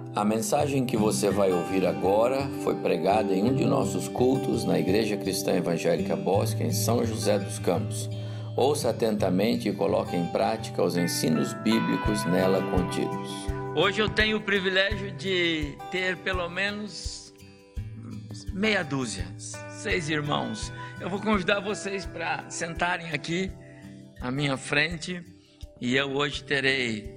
A mensagem que você vai ouvir agora foi pregada em um de nossos cultos na Igreja Cristã Evangélica Bosque, em São José dos Campos. Ouça atentamente e coloque em prática os ensinos bíblicos nela contidos. Hoje eu tenho o privilégio de ter pelo menos meia dúzia, 6 irmãos. Eu vou convidar vocês para sentarem aqui à minha frente e eu hoje terei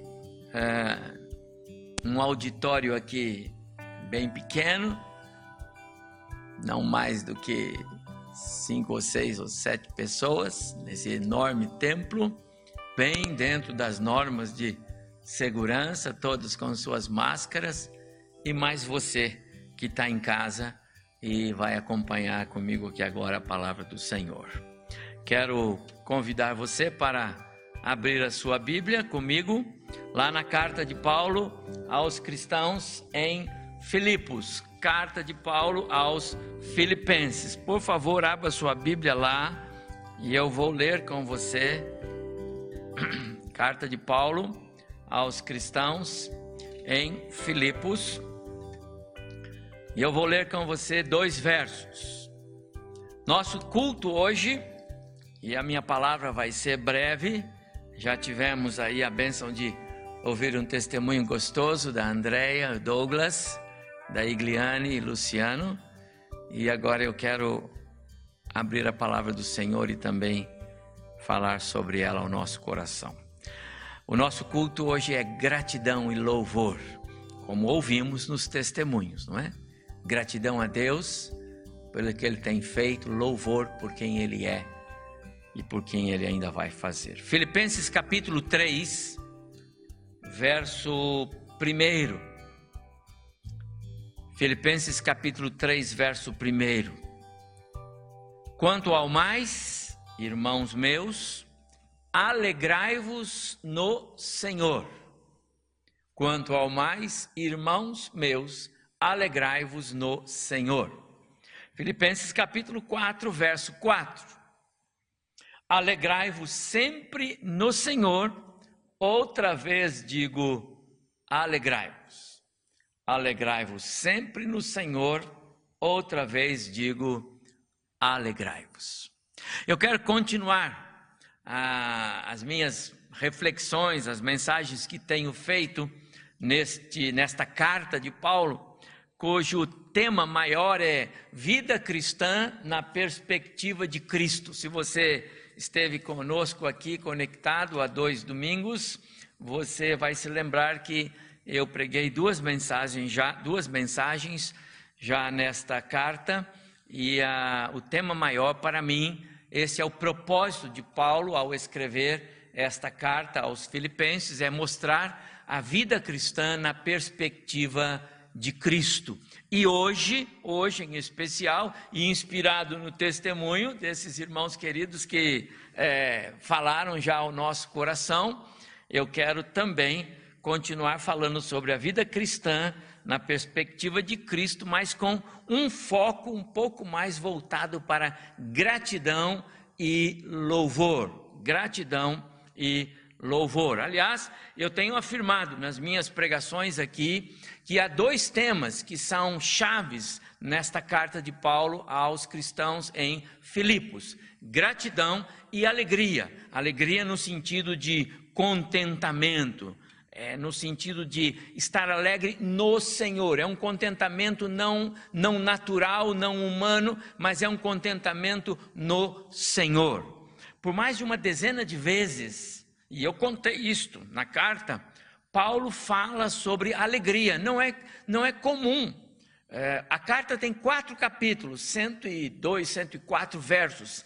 um auditório aqui bem pequeno, não mais do que 5 ou 6 ou 7 pessoas, nesse enorme templo, bem dentro das normas de segurança, todos com suas máscaras, e mais você que está em casa e vai acompanhar comigo aqui agora a palavra do Senhor. Quero convidar você para abrir a sua Bíblia comigo, lá na carta de Paulo aos cristãos em Filipos, carta de Paulo aos Filipenses. Por favor, abra sua Bíblia lá e eu vou ler com você. Carta de Paulo aos cristãos em Filipos. E eu vou ler com você 2 versos. Nosso culto hoje, e a minha palavra vai ser breve, já tivemos aí a bênção de ouvir um testemunho gostoso da Andréia, Douglas, da Igliane e Luciano, e agora eu quero abrir a palavra do Senhor e também falar sobre ela ao nosso coração. O nosso culto hoje é gratidão e louvor, como ouvimos nos testemunhos, não é? Gratidão a Deus pelo que Ele tem feito, louvor por quem Ele é e por quem Ele ainda vai fazer. Filipenses capítulo 3, verso 1. Filipenses capítulo 3, verso 1. Quanto ao mais, irmãos meus, alegrai-vos no Senhor. Quanto ao mais, irmãos meus, alegrai-vos no Senhor. Filipenses capítulo 4, verso 4. Alegrai-vos sempre no Senhor. Outra vez digo, alegrai-vos. Alegrai-vos sempre no Senhor. Outra vez digo, alegrai-vos. Eu quero continuar as minhas reflexões, as mensagens que tenho feito nesta carta de Paulo, cujo tema maior é vida cristã na perspectiva de Cristo. Se você esteve conosco aqui conectado há 2 domingos, você vai se lembrar que eu preguei 2 mensagens já nesta carta, e o tema maior para mim, esse é o propósito de Paulo ao escrever esta carta aos Filipenses, é mostrar a vida cristã na perspectiva de Cristo. E hoje em especial, e inspirado no testemunho desses irmãos queridos que falaram já ao nosso coração, eu quero também continuar falando sobre a vida cristã na perspectiva de Cristo, mas com um foco um pouco mais voltado para gratidão e louvor. Gratidão e louvor. Aliás, eu tenho afirmado nas minhas pregações aqui que há 2 temas que são chaves nesta carta de Paulo aos cristãos em Filipos: gratidão e alegria. Alegria no sentido de contentamento, no sentido de estar alegre no Senhor. É um contentamento não natural, não humano, mas é um contentamento no Senhor. Por mais de uma dezena de vezes, e eu contei isto na carta, Paulo fala sobre alegria. Não é comum. A carta tem 4 capítulos, 102, 104 versos.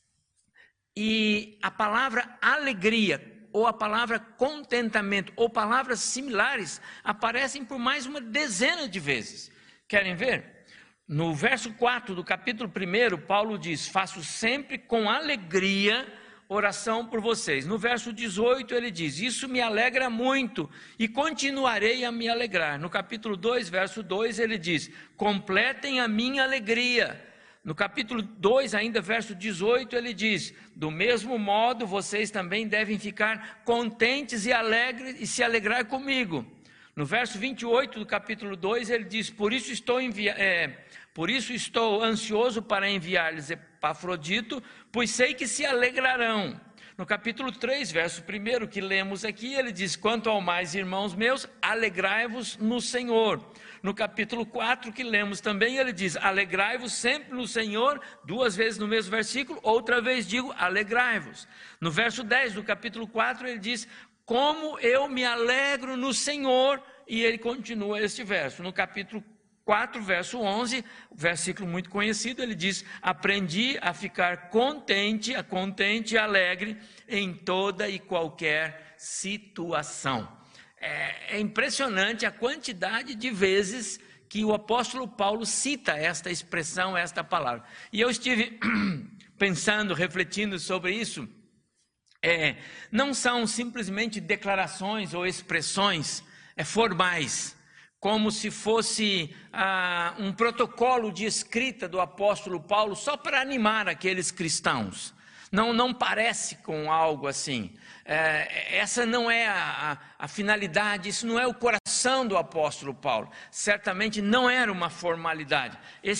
E a palavra alegria, ou a palavra contentamento, ou palavras similares, aparecem por mais uma dezena de vezes. Querem ver? No verso 4 do capítulo 1, Paulo diz: faço sempre com alegria oração por vocês. No verso 18 ele diz: isso me alegra muito e continuarei a me alegrar. No capítulo 2, verso 2 ele diz: completem a minha alegria. No capítulo 2, ainda verso 18, ele diz: do mesmo modo vocês também devem ficar contentes e alegres e se alegrar comigo. No verso 28 do capítulo 2, ele diz: por isso estou ansioso para enviar-lhes Epafrodito, pois sei que se alegrarão. No capítulo 3, verso 1 que lemos aqui, ele diz: quanto ao mais, irmãos meus, alegrai-vos no Senhor. No capítulo 4 que lemos também, ele diz: alegrai-vos sempre no Senhor, 2 vezes no mesmo versículo, outra vez digo, alegrai-vos. No verso 10 do capítulo 4, ele diz: como eu me alegro no Senhor, e ele continua este verso. No capítulo 4, verso 11, versículo muito conhecido, ele diz: aprendi a ficar contente e alegre em toda e qualquer situação. É impressionante a quantidade de vezes que o apóstolo Paulo cita esta expressão, esta palavra. E eu estive pensando, refletindo sobre isso. Não são simplesmente declarações ou expressões formais, como se fosse um protocolo de escrita do apóstolo Paulo só para animar aqueles cristãos. Não parece com algo assim. Essa não é a finalidade, isso não é o coração do apóstolo Paulo. Certamente não era uma formalidade.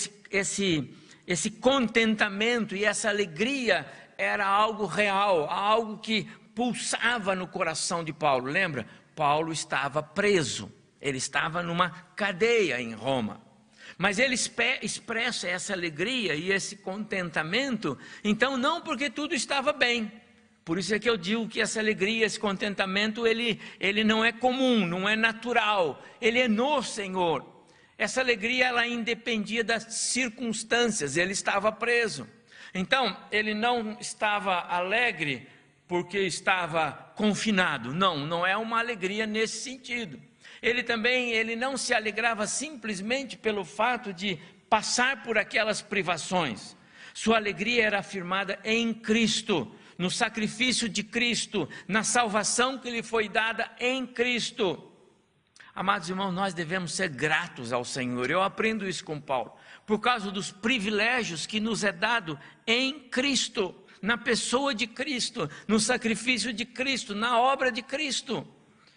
Esse contentamento e essa alegria era algo real, algo que pulsava no coração de Paulo. Lembra? Paulo estava preso, ele estava numa cadeia em Roma. Mas ele expressa essa alegria e esse contentamento, então não porque tudo estava bem. Por isso é que eu digo que essa alegria, esse contentamento, ele não é comum, não é natural, ele é no Senhor. Essa alegria, ela independia das circunstâncias, ele estava preso. Então, ele não estava alegre porque estava confinado. Não é uma alegria nesse sentido. Ele não se alegrava simplesmente pelo fato de passar por aquelas privações. Sua alegria era afirmada em Cristo, no sacrifício de Cristo, na salvação que lhe foi dada em Cristo. Amados irmãos, nós devemos ser gratos ao Senhor. Eu aprendo isso com Paulo, por causa dos privilégios que nos é dado em Cristo, na pessoa de Cristo, no sacrifício de Cristo, na obra de Cristo.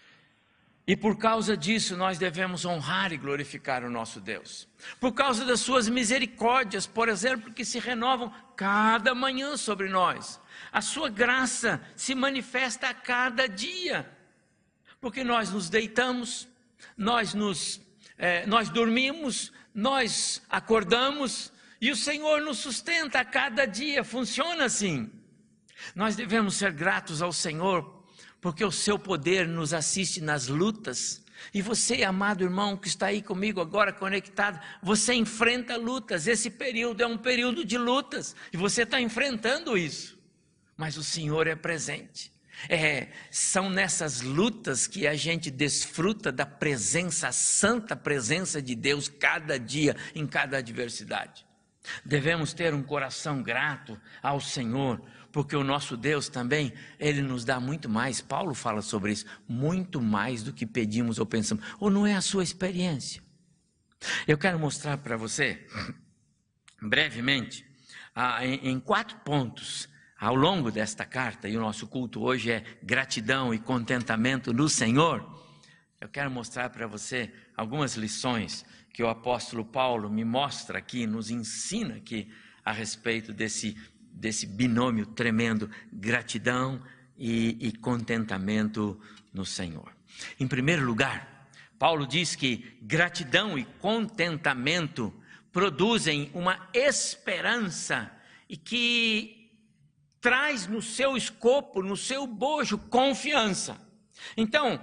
E por causa disso nós devemos honrar e glorificar o nosso Deus. Por causa das suas misericórdias, por exemplo, que se renovam cada manhã sobre nós. A sua graça se manifesta a cada dia. Porque nós nos deitamos, nós dormimos, nós acordamos e o Senhor nos sustenta a cada dia, funciona assim. Nós devemos ser gratos ao Senhor, porque o seu poder nos assiste nas lutas. E você, amado irmão, que está aí comigo agora conectado, você enfrenta lutas. Esse período é um período de lutas, e você está enfrentando isso, mas o Senhor é presente. São nessas lutas que a gente desfruta da presença, a santa presença de Deus cada dia, em cada adversidade. Devemos ter um coração grato ao Senhor, porque o nosso Deus também, Ele nos dá muito mais. Paulo fala sobre isso, muito mais do que pedimos ou pensamos. Ou não é a sua experiência? Eu quero mostrar para você, brevemente, em 4 pontos, ao longo desta carta, e o nosso culto hoje é gratidão e contentamento no Senhor. Eu quero mostrar para você algumas lições que o apóstolo Paulo me mostra aqui, nos ensina aqui a respeito desse binômio tremendo, gratidão e contentamento no Senhor. Em primeiro lugar, Paulo diz que gratidão e contentamento produzem uma esperança e que traz no seu escopo, no seu bojo, confiança. Então,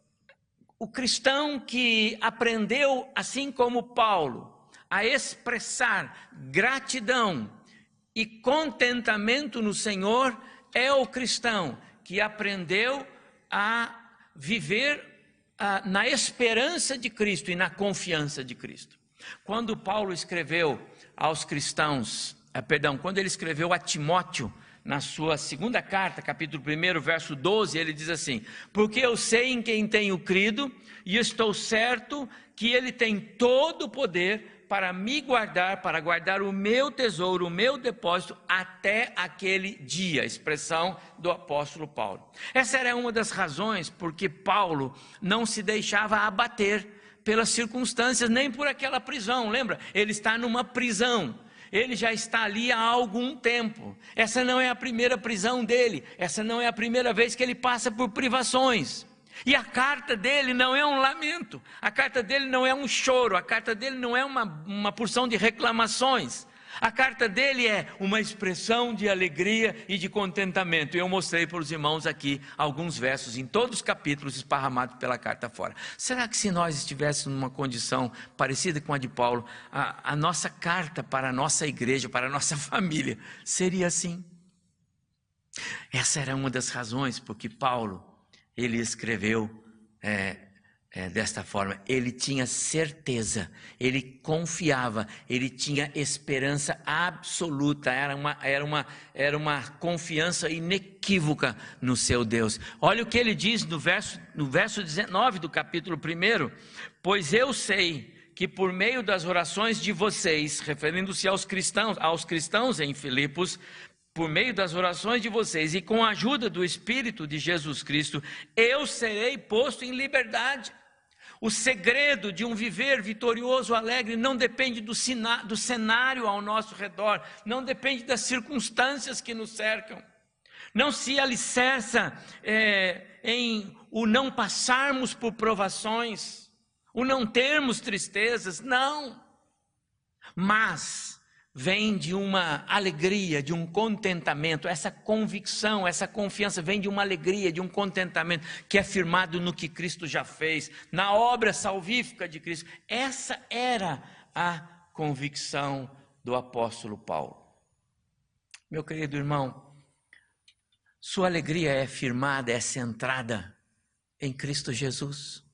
o cristão que aprendeu, assim como Paulo, a expressar gratidão e contentamento no Senhor, é o cristão que aprendeu a viver na esperança de Cristo e na confiança de Cristo. Quando Paulo escreveu aos cristãos, quando ele escreveu a Timóteo, na sua segunda carta, capítulo 1, verso 12, ele diz assim: porque eu sei em quem tenho crido, e estou certo que ele tem todo o poder para me guardar, para guardar o meu tesouro, o meu depósito, até aquele dia. Expressão do apóstolo Paulo. Essa era uma das razões porque Paulo não se deixava abater pelas circunstâncias, nem por aquela prisão. Lembra? Ele está numa prisão. Ele já está ali há algum tempo. Essa não é a primeira prisão dele. Essa não é a primeira vez que ele passa por privações. E a carta dele não é um lamento. A carta dele não é um choro. A carta dele não é uma porção de reclamações. A carta dele é uma expressão de alegria e de contentamento. Eu mostrei para os irmãos aqui alguns versos em todos os capítulos esparramados pela carta fora. Será que se nós estivéssemos numa condição parecida com a de Paulo, a nossa carta para a nossa igreja, para a nossa família, seria assim? Essa era uma das razões porque Paulo, ele escreveu desta forma. Ele tinha certeza, ele confiava, ele tinha esperança absoluta, era uma confiança inequívoca no seu Deus. Olha o que ele diz no verso 19 do capítulo 1: pois eu sei que por meio das orações de vocês, referindo-se aos cristãos em Filipos, por meio das orações de vocês e com a ajuda do Espírito de Jesus Cristo, eu serei posto em liberdade. O segredo de um viver vitorioso, alegre, não depende do cenário ao nosso redor, não depende das circunstâncias que nos cercam, não se alicerça em o não passarmos por provações, o não termos tristezas, não, mas vem de uma alegria, de um contentamento. Essa convicção, essa confiança vem de uma alegria, de um contentamento que é firmado no que Cristo já fez, na obra salvífica de Cristo. Essa era a convicção do apóstolo Paulo. Meu querido irmão, sua alegria é firmada, é centrada em Cristo Jesus.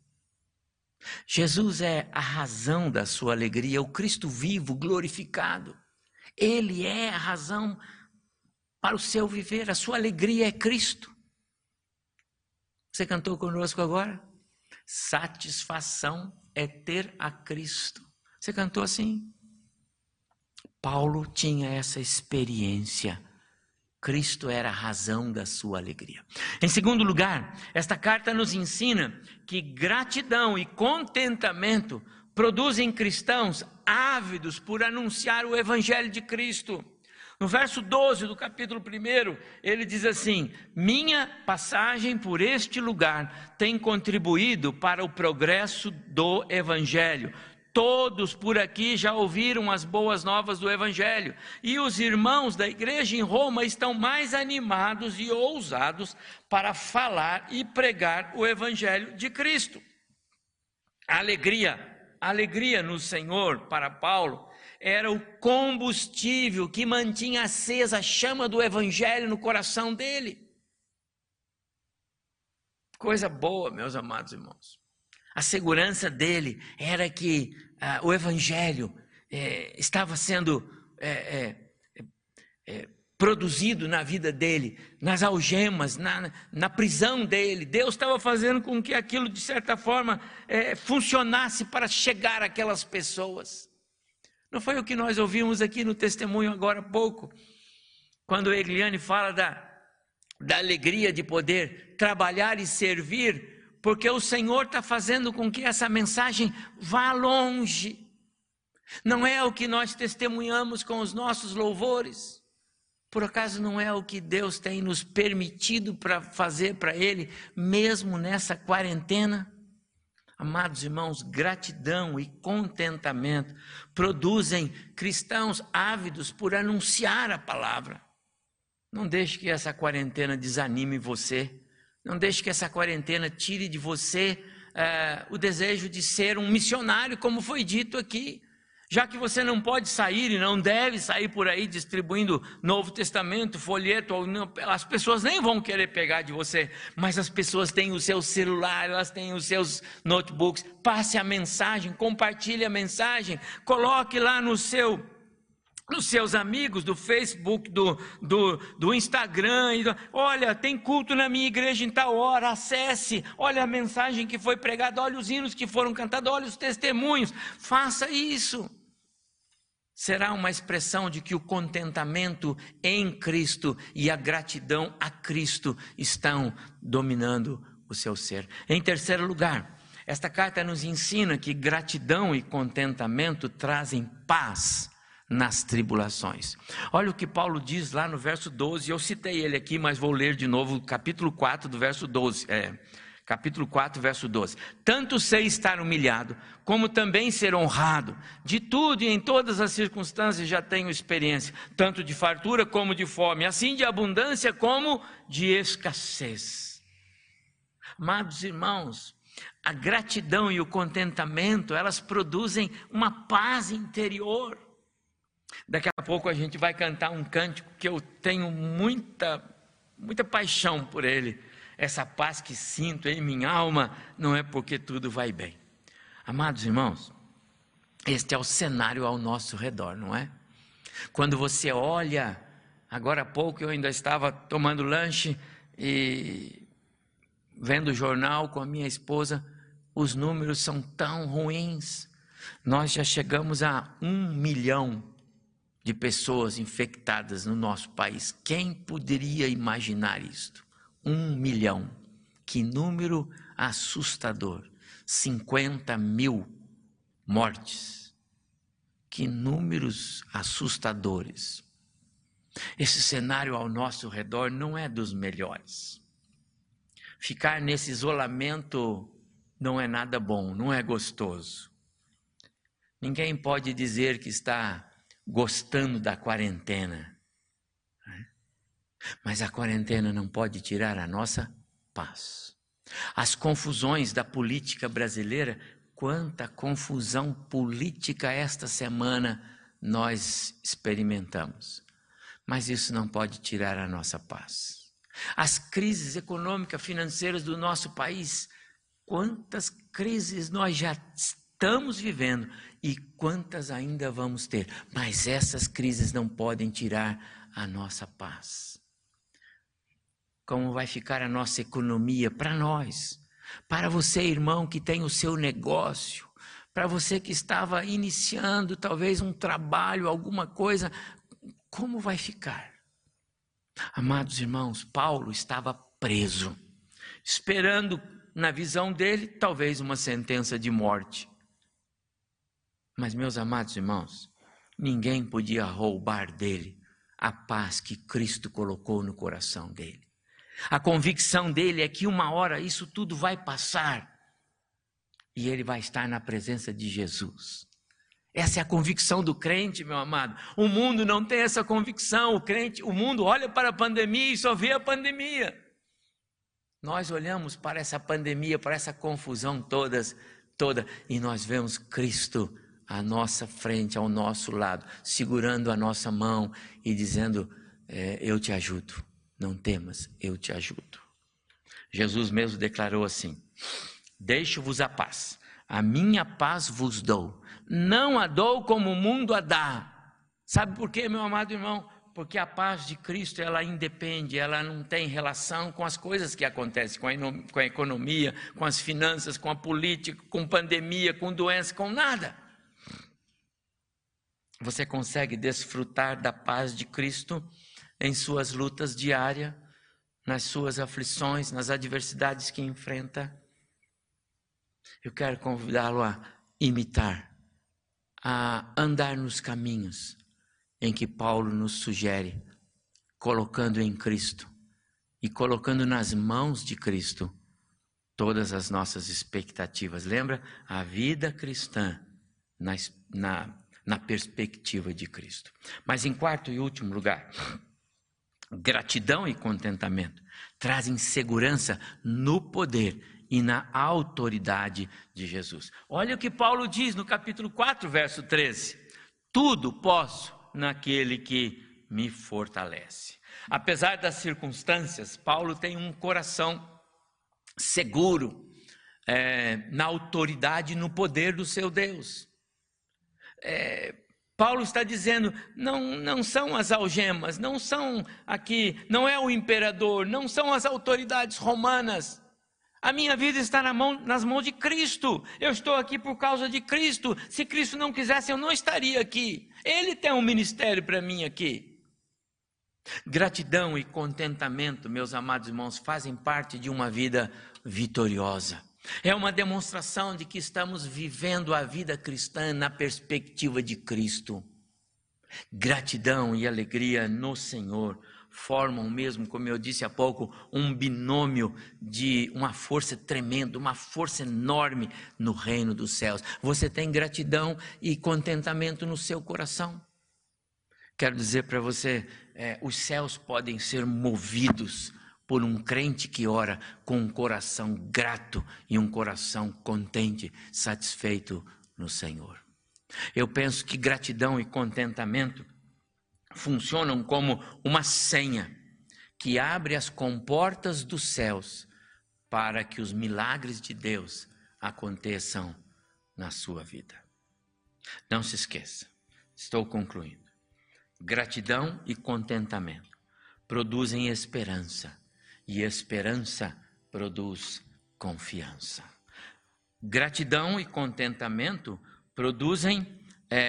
Jesus é a razão da sua alegria, o Cristo vivo, glorificado. Ele é a razão para o seu viver, a sua alegria é Cristo. Você cantou conosco agora? Satisfação é ter a Cristo. Você cantou assim? Paulo tinha essa experiência. Cristo era a razão da sua alegria. Em segundo lugar, esta carta nos ensina que gratidão e contentamento produzem cristãos ávidos por anunciar o Evangelho de Cristo. No verso 12 do capítulo 1, ele diz assim: minha passagem por este lugar tem contribuído para o progresso do Evangelho. Todos por aqui já ouviram as boas novas do Evangelho, e os irmãos da igreja em Roma estão mais animados e ousados para falar e pregar o Evangelho de Cristo. A alegria no Senhor, para Paulo, era o combustível que mantinha acesa a chama do Evangelho no coração dele. Coisa boa, meus amados irmãos. A segurança dele era que o Evangelho estava sendo produzido na vida dele, nas algemas, na prisão dele. Deus estava fazendo com que aquilo, de certa forma, funcionasse para chegar àquelas pessoas. Não foi o que nós ouvimos aqui no testemunho agora há pouco, quando a Eliane fala da alegria de poder trabalhar e servir, porque o Senhor está fazendo com que essa mensagem vá longe. Não é o que nós testemunhamos com os nossos louvores. Por acaso não é o que Deus tem nos permitido para fazer para Ele, mesmo nessa quarentena? Amados irmãos, gratidão e contentamento produzem cristãos ávidos por anunciar a palavra. Não deixe que essa quarentena desanime você. Não deixe que essa quarentena tire de você o desejo de ser um missionário, como foi dito aqui. Já que você não pode sair e não deve sair por aí distribuindo Novo Testamento, folheto, as pessoas nem vão querer pegar de você, mas as pessoas têm o seu celular, elas têm os seus notebooks. Passe a mensagem, compartilhe a mensagem, coloque lá nos seus amigos do Facebook, do Instagram. Olha, tem culto na minha igreja em tal hora, acesse, olha a mensagem que foi pregada, olha os hinos que foram cantados, olha os testemunhos. Faça isso. será uma expressão de que o contentamento em Cristo e a gratidão a Cristo estão dominando o seu ser. Em terceiro lugar, esta carta nos ensina que gratidão e contentamento trazem paz nas tribulações. Olha o que Paulo diz lá no verso 12, eu citei ele aqui, mas vou ler de novo, capítulo 4, do verso 12, capítulo 4, verso 12. Tanto sei estar humilhado, como também ser honrado, de tudo e em todas as circunstâncias já tenho experiência, tanto de fartura como de fome, assim de abundância como de escassez. Amados irmãos, a gratidão e o contentamento, elas produzem uma paz interior. Daqui a pouco a gente vai cantar um cântico que eu tenho muita paixão por ele. Essa paz que sinto em minha alma não é porque tudo vai bem. Amados irmãos, este é o cenário ao nosso redor, não é? Quando você olha, agora há pouco eu ainda estava tomando lanche e vendo o jornal com a minha esposa, os números são tão ruins. Nós já chegamos a 1 milhão de pessoas infectadas no nosso país. Quem poderia imaginar isto? 1 milhão. Que número assustador. 50 mil mortes. Que números assustadores. Esse cenário ao nosso redor não é dos melhores. Ficar nesse isolamento não é nada bom, não é gostoso. Ninguém pode dizer que está gostando da quarentena. Mas a quarentena não pode tirar a nossa paz. As confusões da política brasileira, quanta confusão política esta semana nós experimentamos. Mas isso não pode tirar a nossa paz. As crises econômicas, financeiras do nosso país, quantas crises nós já estamos vivendo e quantas ainda vamos ter. Mas essas crises não podem tirar a nossa paz. Como vai ficar a nossa economia para nós? Para você, irmão, que tem o seu negócio, para você que estava iniciando talvez um trabalho, alguma coisa, como vai ficar? Amados irmãos, Paulo estava preso, esperando, na visão dele, talvez uma sentença de morte. Mas, meus amados irmãos, ninguém podia roubar dele a paz que Cristo colocou no coração dele. A convicção dele é que uma hora isso tudo vai passar e ele vai estar na presença de Jesus. Essa é a convicção do crente, meu amado. O mundo não tem essa convicção. O mundo olha para a pandemia e só vê a pandemia. Nós olhamos para essa pandemia, para essa confusão toda, e nós vemos Cristo à nossa frente, ao nosso lado, segurando a nossa mão e dizendo, eu te ajudo, não temas, eu te ajudo. Jesus mesmo declarou assim, deixo-vos a paz, a minha paz vos dou, não a dou como o mundo a dá. Sabe por quê, meu amado irmão? Porque a paz de Cristo, ela independe, ela não tem relação com as coisas que acontecem, com a economia, com as finanças, com a política, com pandemia, com doença, com nada. Você consegue desfrutar da paz de Cristo em suas lutas diárias, nas suas aflições, nas adversidades que enfrenta? Eu quero convidá-lo a imitar, a andar nos caminhos em que Paulo nos sugere, colocando em Cristo e colocando nas mãos de Cristo todas as nossas expectativas. Lembra? A vida cristã na perspectiva de Cristo. Mas em quarto e último lugar, gratidão e contentamento trazem segurança no poder e na autoridade de Jesus. Olha o que Paulo diz no capítulo 4, verso 13. Tudo posso naquele que me fortalece. Apesar das circunstâncias, Paulo tem um coração seguro na autoridade e no poder do seu Deus. Paulo está dizendo, não são as algemas, não são aqui, não é o imperador, não são as autoridades romanas. A minha vida está nas mãos de Cristo. Eu estou aqui por causa de Cristo. Se Cristo não quisesse, eu não estaria aqui. Ele tem um ministério para mim aqui. Gratidão e contentamento, meus amados irmãos, fazem parte de uma vida vitoriosa. É uma demonstração de que estamos vivendo a vida cristã na perspectiva de Cristo. Gratidão e alegria no Senhor formam mesmo, como eu disse há pouco, um binômio de uma força tremenda, uma força enorme no reino dos céus. Você tem gratidão e contentamento no seu coração? Quero dizer para você, os céus podem ser movidos por um crente que ora com um coração grato e um coração contente, satisfeito no Senhor. Eu penso que gratidão e contentamento funcionam como uma senha que abre as comportas dos céus para que os milagres de Deus aconteçam na sua vida. Não se esqueça, estou concluindo. Gratidão e contentamento produzem esperança, e esperança produz confiança. Gratidão e contentamento produzem,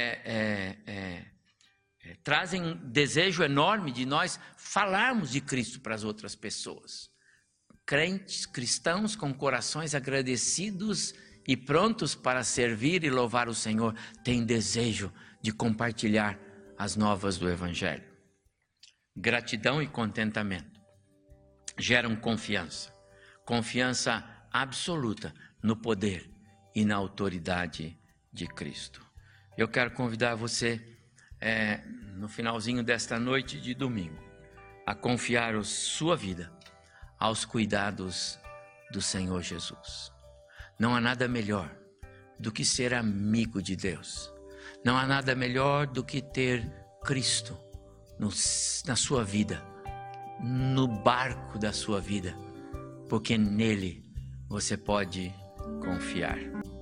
trazem um desejo enorme de nós falarmos de Cristo para as outras pessoas. Crentes, cristãos com corações agradecidos e prontos para servir e louvar o Senhor, têm desejo de compartilhar as novas do Evangelho. Gratidão e contentamento geram confiança, confiança absoluta no poder e na autoridade de Cristo. Eu quero convidar você, no finalzinho desta noite de domingo, a confiar a sua vida aos cuidados do Senhor Jesus. Não há nada melhor do que ser amigo de Deus. Não há nada melhor do que ter Cristo na sua vida, no barco da sua vida, porque nele você pode confiar.